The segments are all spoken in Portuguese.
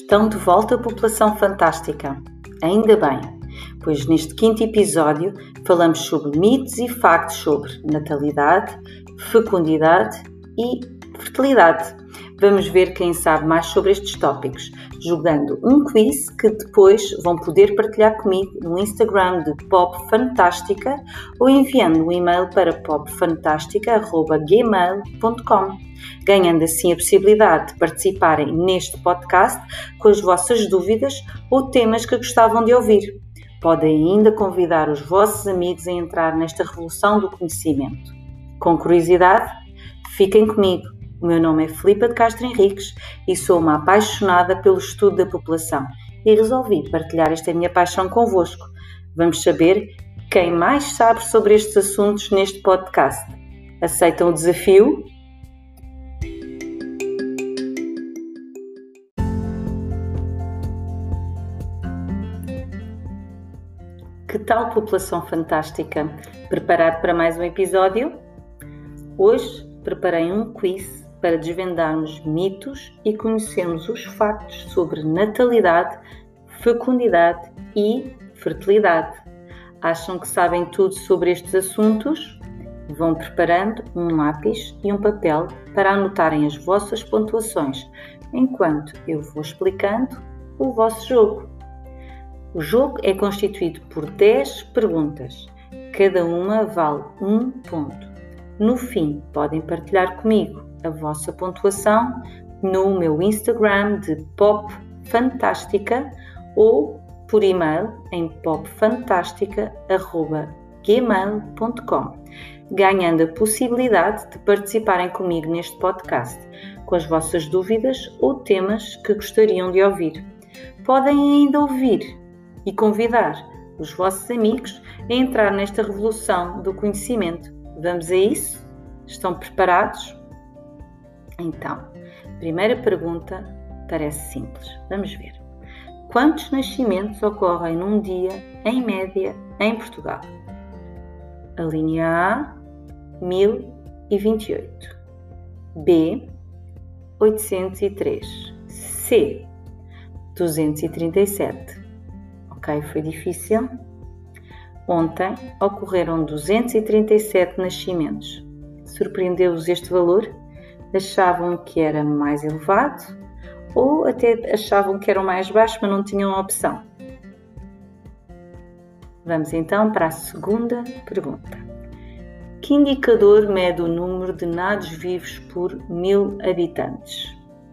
Estão de volta a População Fantástica. Ainda bem, pois neste 5º episódio falamos sobre mitos e factos sobre natalidade, fecundidade e fertilidade. Vamos ver quem sabe mais sobre estes tópicos, jogando um quiz que depois vão poder partilhar comigo no Instagram de Pop Fantástica ou enviando um e-mail para popfantastica@gmail.com, ganhando assim a possibilidade de participarem neste podcast com as vossas dúvidas ou temas que gostavam de ouvir. Podem ainda convidar os vossos amigos a entrar nesta revolução do conhecimento. Com curiosidade? Fiquem comigo. O meu nome é Filipa de Castro Henriques e sou uma apaixonada pelo estudo da população e resolvi partilhar esta minha paixão convosco. Vamos saber quem mais sabe sobre estes assuntos neste podcast. Aceitam o desafio? Que tal, população fantástica? Preparado para mais um episódio? Hoje preparei um quiz para desvendarmos mitos e conhecermos os factos sobre natalidade, fecundidade e fertilidade. Acham que sabem tudo sobre estes assuntos? Vão preparando um lápis e um papel para anotarem as vossas pontuações, enquanto eu vou explicando o vosso jogo. O jogo é constituído por 10 perguntas. Cada uma vale 1 ponto. No fim, podem partilhar comigo a vossa pontuação no meu Instagram de Pop Fantástica ou por e-mail em popfantastica@gmail.com, ganhando a possibilidade de participarem comigo neste podcast com as vossas dúvidas ou temas que gostariam de ouvir. Podem ainda ouvir e convidar os vossos amigos a entrar nesta revolução do conhecimento. Vamos a isso? Estão preparados? Então, primeira pergunta parece simples. Vamos ver. Quantos nascimentos ocorrem num dia, em média, em Portugal? A linha A, 1028. B, 803. C, 237. Ok, foi difícil. Ontem ocorreram 237 nascimentos. Surpreendeu-vos este valor? Achavam que era mais elevado ou até achavam que era mais baixo, mas não tinham opção? Vamos então para a segunda pergunta. Que indicador mede o número de nados vivos por 1000 habitantes?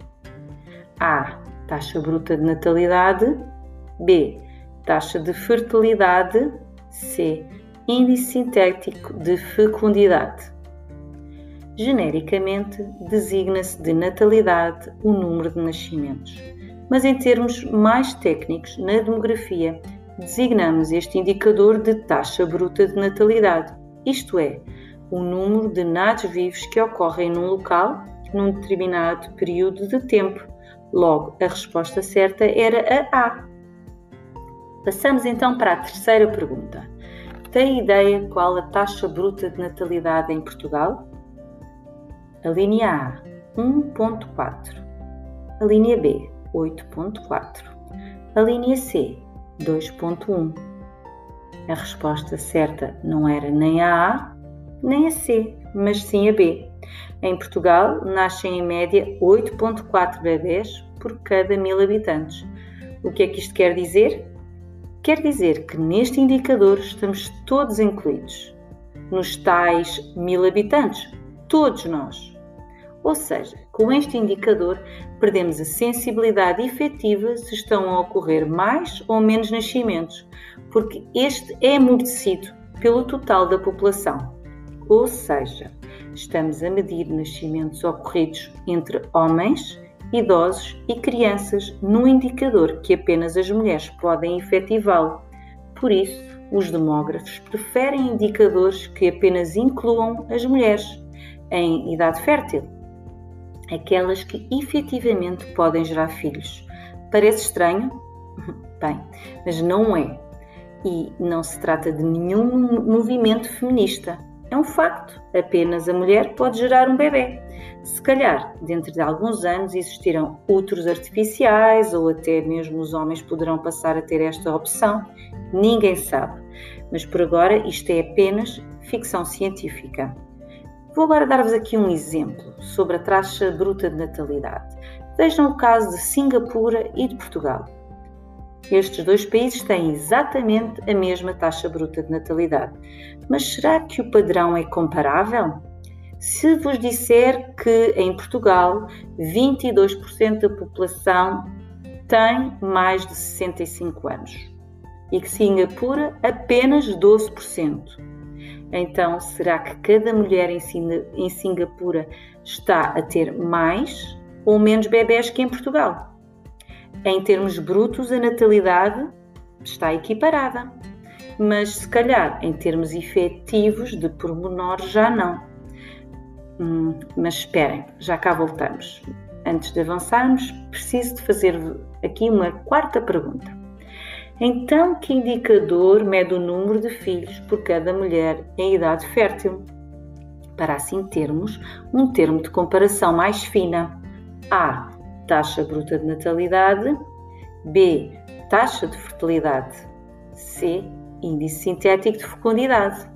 A. Taxa bruta de natalidade. B. Taxa de fertilidade. C. Índice sintético de fecundidade. Genericamente, designa-se de natalidade o número de nascimentos, mas em termos mais técnicos, na demografia, designamos este indicador de taxa bruta de natalidade, isto é, o número de nados vivos que ocorrem num local num determinado período de tempo. Logo, a resposta certa era a A. Passamos então para a terceira pergunta. Tem ideia qual a taxa bruta de natalidade em Portugal? A linha A, 1.4. A linha B, 8.4. A linha C, 2.1. A resposta certa não era nem a A, nem a C, mas sim a B. Em Portugal, nascem em média 8.4 bebés por cada 1000 habitantes. O que é que isto quer dizer? Quer dizer que neste indicador estamos todos incluídos. Nos tais 1000 habitantes, todos nós. Ou seja, com este indicador perdemos a sensibilidade efetiva se estão a ocorrer mais ou menos nascimentos, porque este é amortecido pelo total da população. Ou seja, estamos a medir nascimentos ocorridos entre homens, idosos e crianças num indicador que apenas as mulheres podem efetivá-lo. Por isso, os demógrafos preferem indicadores que apenas incluam as mulheres em idade fértil, aquelas que efetivamente podem gerar filhos. Parece estranho? Bem, mas não é. E não se trata de nenhum movimento feminista. É um facto, apenas a mulher pode gerar um bebê. Se calhar, dentro de alguns anos, existirão úteros artificiais ou até mesmo os homens poderão passar a ter esta opção. Ninguém sabe, mas por agora isto é apenas ficção científica. Vou agora dar-vos aqui um exemplo sobre a taxa bruta de natalidade. Vejam o caso de Singapura e de Portugal. Estes dois países têm exatamente a mesma taxa bruta de natalidade. Mas será que o padrão é comparável? Se vos disser que em Portugal 22% da população tem mais de 65 anos e que Singapura apenas 12%, então será que cada mulher em Singapura está a ter mais ou menos bebés que em Portugal? Em termos brutos, a natalidade está equiparada, mas se calhar em termos efetivos de pormenores já não. Mas esperem, já cá voltamos. Antes de avançarmos, preciso de fazer aqui uma quarta pergunta. Então, que indicador mede o número de filhos por cada mulher em idade fértil? Para assim termos um termo de comparação mais fina. A. Taxa bruta de natalidade. B. Taxa de fertilidade. C. Índice sintético de fecundidade.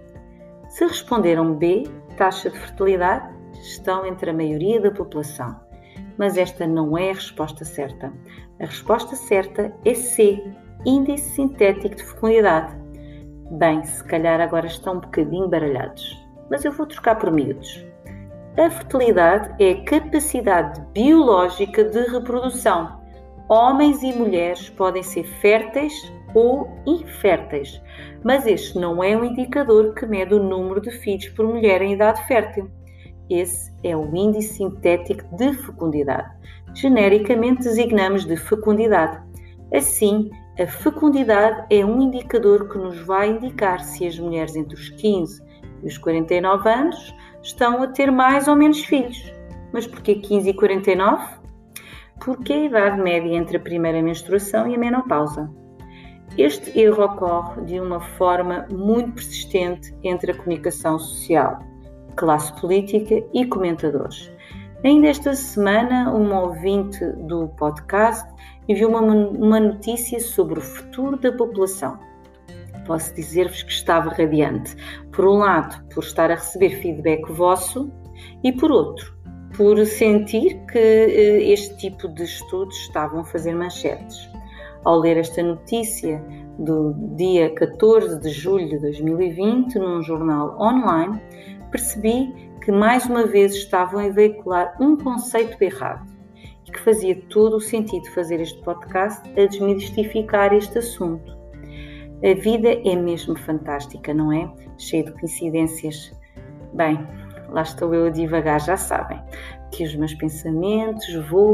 Se responderam B, taxa de fertilidade, estão entre a maioria da população. Mas esta não é a resposta certa. A resposta certa é C, índice sintético de fecundidade. Bem, se calhar agora estão um bocadinho baralhados, mas eu vou trocar por miúdos. A fertilidade é a capacidade biológica de reprodução. Homens e mulheres podem ser férteis ou inférteis, mas este não é um indicador que mede o número de filhos por mulher em idade fértil. Esse é o índice sintético de fecundidade. Genericamente designamos de fecundidade. Assim, a fecundidade é um indicador que nos vai indicar se as mulheres entre os 15 e os 49 anos estão a ter mais ou menos filhos. Mas porquê 15 e 49? Porque é a idade média entre a primeira menstruação e a menopausa. Este erro ocorre de uma forma muito persistente entre a comunicação social, classe política e comentadores. Ainda esta semana, uma ouvinte do podcast enviou uma notícia sobre o futuro da população. Posso dizer-vos que estava radiante. Por um lado, por estar a receber feedback vosso e por outro, por sentir que este tipo de estudos estavam a fazer manchetes. Ao ler esta notícia do dia 14 de julho de 2020, num jornal online, percebi que mais uma vez estavam a veicular um conceito errado e que fazia todo o sentido fazer este podcast a desmistificar este assunto. A vida é mesmo fantástica, não é? Cheia de coincidências. Bem, lá estou eu a divagar, já sabem, que os meus pensamentos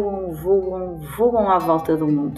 voam à volta do mundo.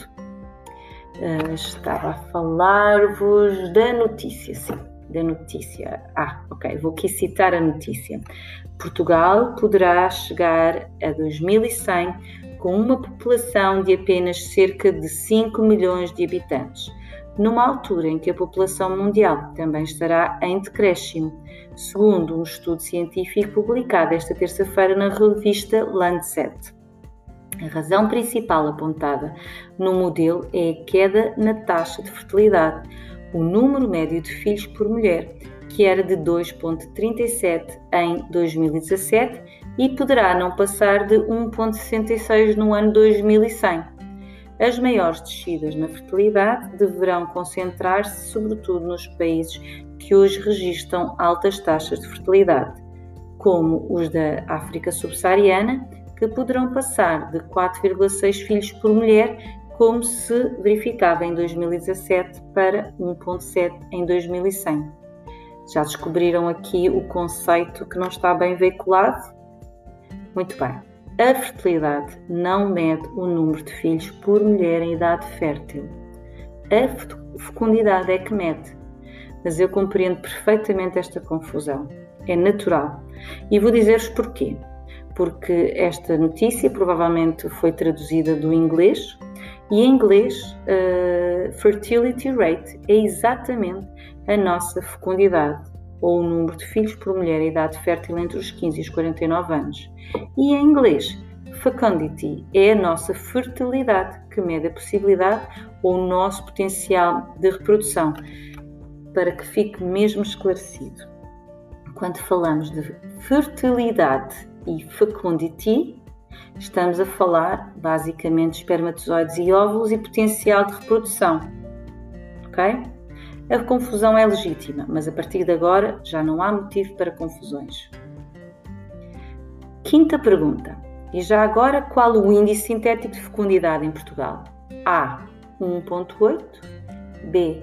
Estava a falar-vos da notícia, sim, da notícia. Ok, vou aqui citar a notícia. Portugal poderá chegar a 2100 com uma população de apenas cerca de 5 milhões de habitantes, numa altura em que a população mundial também estará em decréscimo, segundo um estudo científico publicado esta terça-feira na revista Lancet. A razão principal apontada no modelo é a queda na taxa de fertilidade, o número médio de filhos por mulher, que era de 2,37 em 2017 e poderá não passar de 1,66 no ano 2100. As maiores descidas na fertilidade deverão concentrar-se sobretudo nos países que hoje registram altas taxas de fertilidade, como os da África subsaariana, que poderão passar de 4,6 filhos por mulher, como se verificava em 2017, para 1,7 em 2100. Já descobriram aqui o conceito que não está bem veiculado? Muito bem. A fertilidade não mede o número de filhos por mulher em idade fértil. A fecundidade é que mede. Mas eu compreendo perfeitamente esta confusão. É natural. E vou dizer-vos porquê. Porque esta notícia provavelmente foi traduzida do inglês e em inglês fertility rate é exatamente a nossa fecundidade. ou o número de filhos por mulher em idade fértil entre os 15 e os 49 anos. E em inglês, fecundity é a nossa fertilidade, que mede a possibilidade ou o nosso potencial de reprodução, para que fique mesmo esclarecido. Quando falamos de fertilidade e fecundity, estamos a falar basicamente de espermatozoides e óvulos e potencial de reprodução. Ok? A confusão é legítima, mas a partir de agora já não há motivo para confusões. Quinta pergunta. E já agora, qual o índice sintético de fecundidade em Portugal? A. 1.8, B.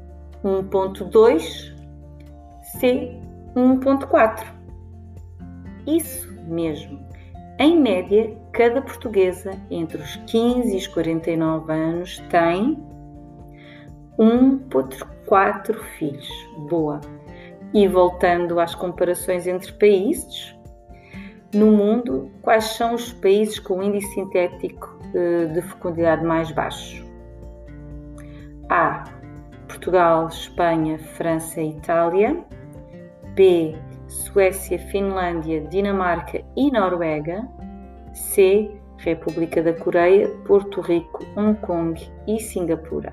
1.2, C. 1.4. Isso mesmo. Em média, cada portuguesa entre os 15 e os 49 anos tem 1.4 filhos. Boa. E voltando às comparações entre países, no mundo, quais são os países com o índice sintético de fecundidade mais baixo? A. Portugal, Espanha, França e Itália. B. Suécia, Finlândia, Dinamarca e Noruega. C. República da Coreia, Porto Rico, Hong Kong e Singapura.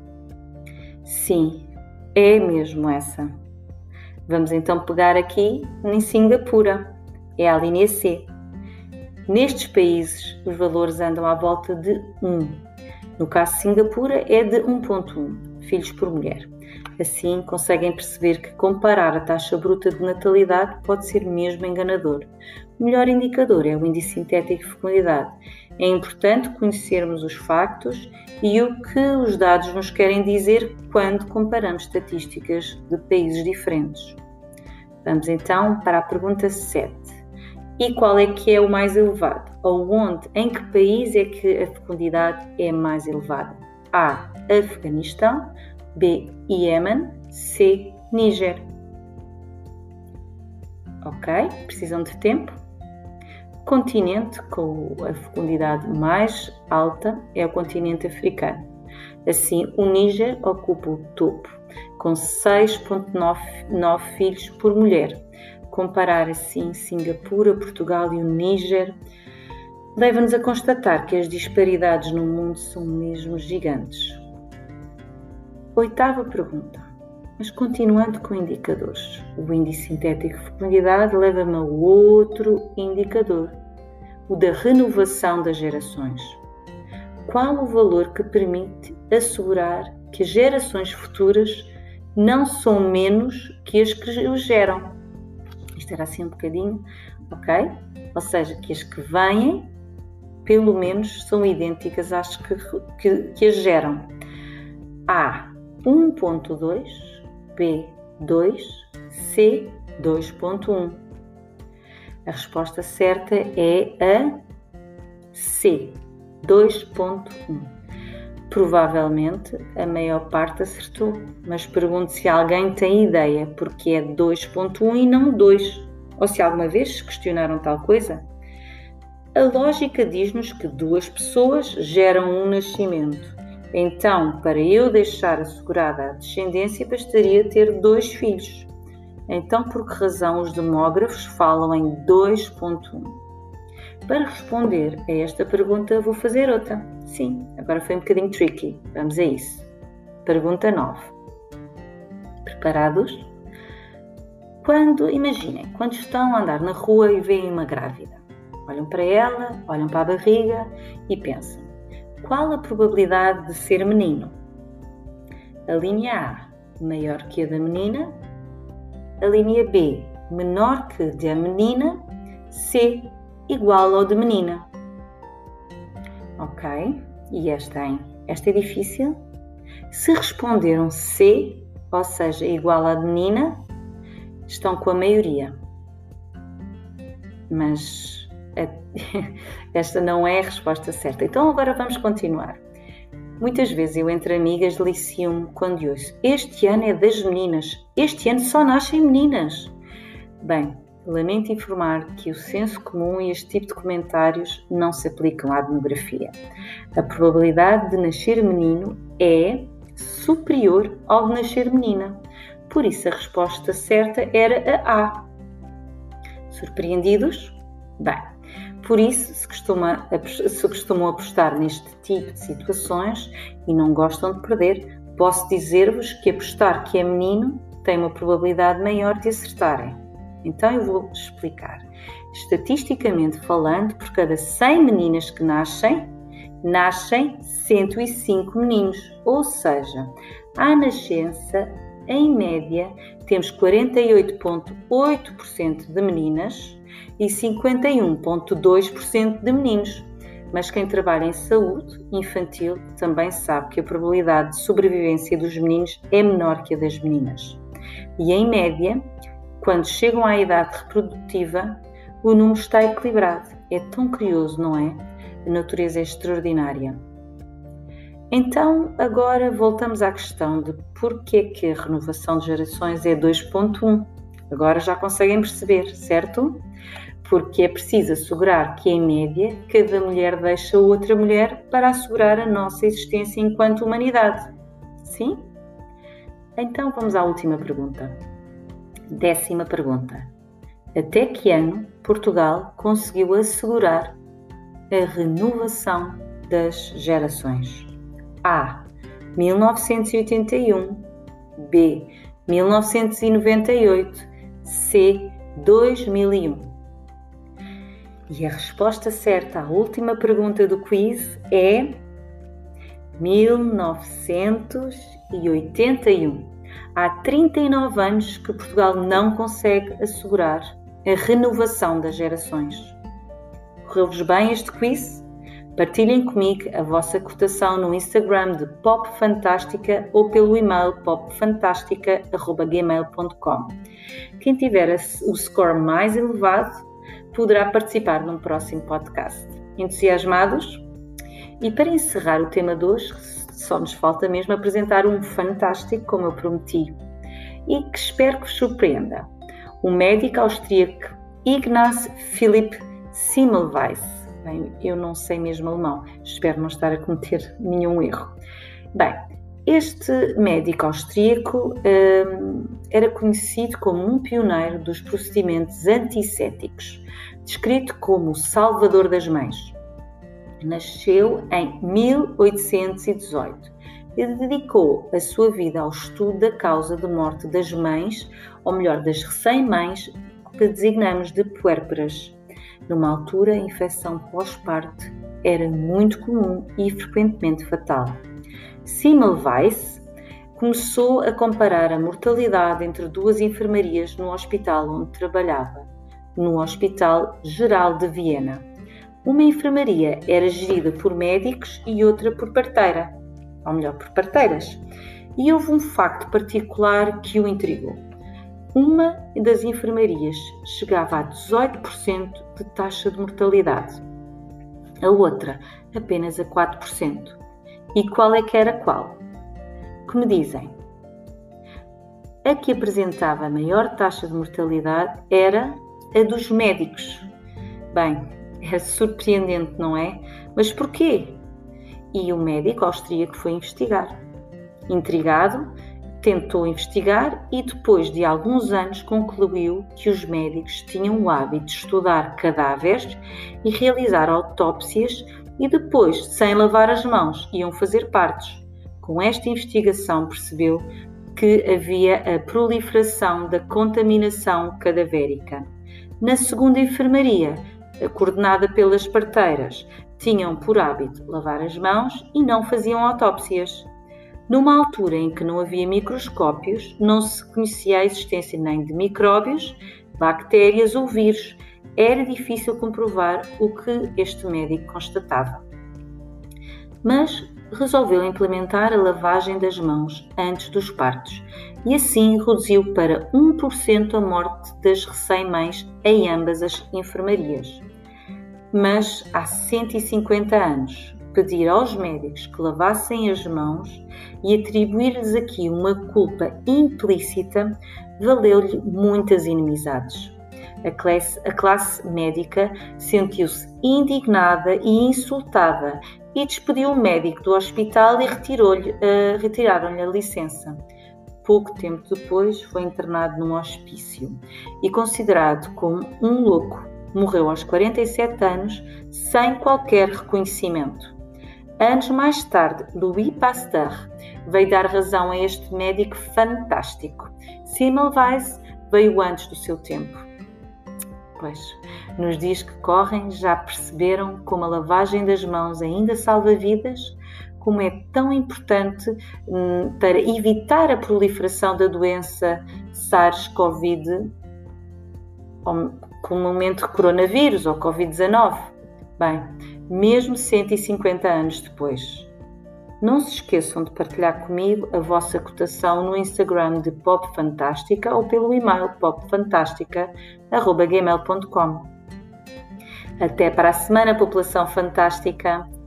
Sim, é mesmo essa. Vamos então pegar aqui em Singapura. É a linha C. Nestes países, os valores andam à volta de 1. No caso de Singapura, é de 1.1 filhos por mulher. Assim, conseguem perceber que comparar a taxa bruta de natalidade pode ser mesmo enganador. O melhor indicador é o índice sintético de fecundidade. É importante conhecermos os factos e o que os dados nos querem dizer quando comparamos estatísticas de países diferentes. Vamos então para a pergunta 7. E qual é que é o mais elevado? Ou onde, em que país é que a fecundidade é mais elevada? A. Afeganistão, B. Iêmen, C. Níger. Ok, precisam de tempo? O continente com a fecundidade mais alta é o continente africano. Assim, o Níger ocupa o topo, com 6.9 filhos por mulher. Comparar assim Singapura, Portugal e o Níger leva-nos a constatar que as disparidades no mundo são mesmo gigantes. Oitava pergunta. Mas continuando com indicadores, o índice sintético de fecundidade leva-me a outro indicador, o da renovação das gerações. Qual o valor que permite assegurar que as gerações futuras não são menos que as que os geram? Isto era assim um bocadinho, ok? Ou seja, que as que vêm, pelo menos, são idênticas às que as geram. A. 1.2, B. 2, C. 2.1. A resposta certa é a C. 2.1. Provavelmente a maior parte acertou, mas pergunto se alguém tem ideia porque é 2.1 e não 2, ou se alguma vez se questionaram tal coisa. A lógica diz-nos que 2 pessoas geram um nascimento, então para eu deixar assegurada a descendência bastaria ter 2 filhos. Então por que razão os demógrafos falam em 2.1? Para responder a esta pergunta vou fazer outra. Sim, agora foi um bocadinho tricky. Vamos a isso. Pergunta 9. Preparados? Imaginem, quando estão a andar na rua e veem uma grávida, olham para ela, olham para a barriga e pensam, qual a probabilidade de ser menino? A linha A, maior que a da menina. A linha B, menor que a da menina. C, igual ao de menina. Ok, e esta é difícil? Se responderam C, ou seja, igual à de menina, estão com a maioria. Mas esta não é a resposta certa. Então agora vamos continuar. Muitas vezes eu entre amigas delicio-me quando ouço, este ano é das meninas, este ano só nascem meninas. Bem, lamento informar que o senso comum e este tipo de comentários não se aplicam à demografia. A probabilidade de nascer menino é superior ao de nascer menina. Por isso a resposta certa era a A. Surpreendidos? Bem, por isso se costumam apostar neste tipo de situações e não gostam de perder, posso dizer-vos que apostar que é menino tem uma probabilidade maior de acertarem. Então eu vou explicar. Estatisticamente falando, por cada 100 meninas que nascem 105 meninos, ou seja, à nascença, em média, temos 48,8% de meninas e 51,2% de meninos. Mas quem trabalha em saúde infantil também sabe que a probabilidade de sobrevivência dos meninos é menor que a das meninas. E em média, quando chegam à idade reprodutiva, o número está equilibrado. É tão curioso, não é? A natureza é extraordinária. Então, agora voltamos à questão de porquê que a renovação de gerações é 2.1. Agora já conseguem perceber, certo? Porque é preciso assegurar que, em média, cada mulher deixa outra mulher para assegurar a nossa existência enquanto humanidade. Sim? Então, vamos à última pergunta. 10ª pergunta. Até que ano Portugal conseguiu assegurar a renovação das gerações? A. 1981. B. 1998. C. 2001. E a resposta certa à última pergunta do quiz é 1981. Há 39 anos que Portugal não consegue assegurar a renovação das gerações. Correu-vos bem este quiz? Partilhem comigo a vossa cotação no Instagram de Pop Fantástica ou pelo e-mail popfantastica@gmail.com. Quem tiver o score mais elevado poderá participar num próximo podcast. Entusiasmados? E para encerrar o tema de hoje, só nos falta mesmo apresentar um fantástico, como eu prometi, e que espero que vos surpreenda. O médico austríaco Ignaz Philipp Semmelweis. Bem, eu não sei mesmo alemão, espero não estar a cometer nenhum erro. Bem, este médico austríaco era conhecido como um pioneiro dos procedimentos antissépticos, descrito como o salvador das mães. Nasceu em 1818 e dedicou a sua vida ao estudo da causa de morte das mães, ou melhor, das recém-mães, que designamos de puérperas. Numa altura, a infecção pós-parto era muito comum e frequentemente fatal. Semmelweis começou a comparar a mortalidade entre duas enfermarias no hospital onde trabalhava, no Hospital Geral de Viena. Uma enfermaria era gerida por médicos e outra por parteira, ou melhor, por parteiras. E houve um facto particular que o intrigou. Uma das enfermarias chegava a 18% de taxa de mortalidade, a outra apenas a 4%. E qual é que era qual? Que me dizem? A que apresentava a maior taxa de mortalidade era a dos médicos. Bem, é surpreendente, não é? Mas porquê? E o médico austríaco foi investigar. Intrigado, tentou investigar e depois de alguns anos concluiu que os médicos tinham o hábito de estudar cadáveres e realizar autópsias e depois, sem lavar as mãos, iam fazer partos. Com esta investigação percebeu que havia a proliferação da contaminação cadavérica. Na segunda enfermaria, coordenada pelas parteiras, tinham por hábito lavar as mãos e não faziam autópsias. Numa altura em que não havia microscópios, não se conhecia a existência nem de micróbios, bactérias ou vírus. Era difícil comprovar o que este médico constatava. Mas resolveu implementar a lavagem das mãos antes dos partos e assim reduziu para 1% a morte das recém-mães em ambas as enfermarias. Mas há 150 anos, pedir aos médicos que lavassem as mãos e atribuir-lhes aqui uma culpa implícita valeu-lhe muitas inimizades. A classe médica sentiu-se indignada e insultada e despediu o médico do hospital e retiraram-lhe a licença. pouco tempo depois, foi internado num hospício e considerado como um louco. Morreu aos 47 anos, sem qualquer reconhecimento. Anos mais tarde, Louis Pasteur veio dar razão a este médico fantástico. Semmelweis veio antes do seu tempo. Pois, nos dias que correm já perceberam como a lavagem das mãos ainda salva vidas? Como é tão importante para evitar a proliferação da doença SARS-CoV, comumente coronavírus ou Covid-19? Bem, mesmo 150 anos depois. Não se esqueçam de partilhar comigo a vossa cotação no Instagram de Pop Fantástica ou pelo e-mail popfantastica@gmail.com. Até para a semana, população fantástica!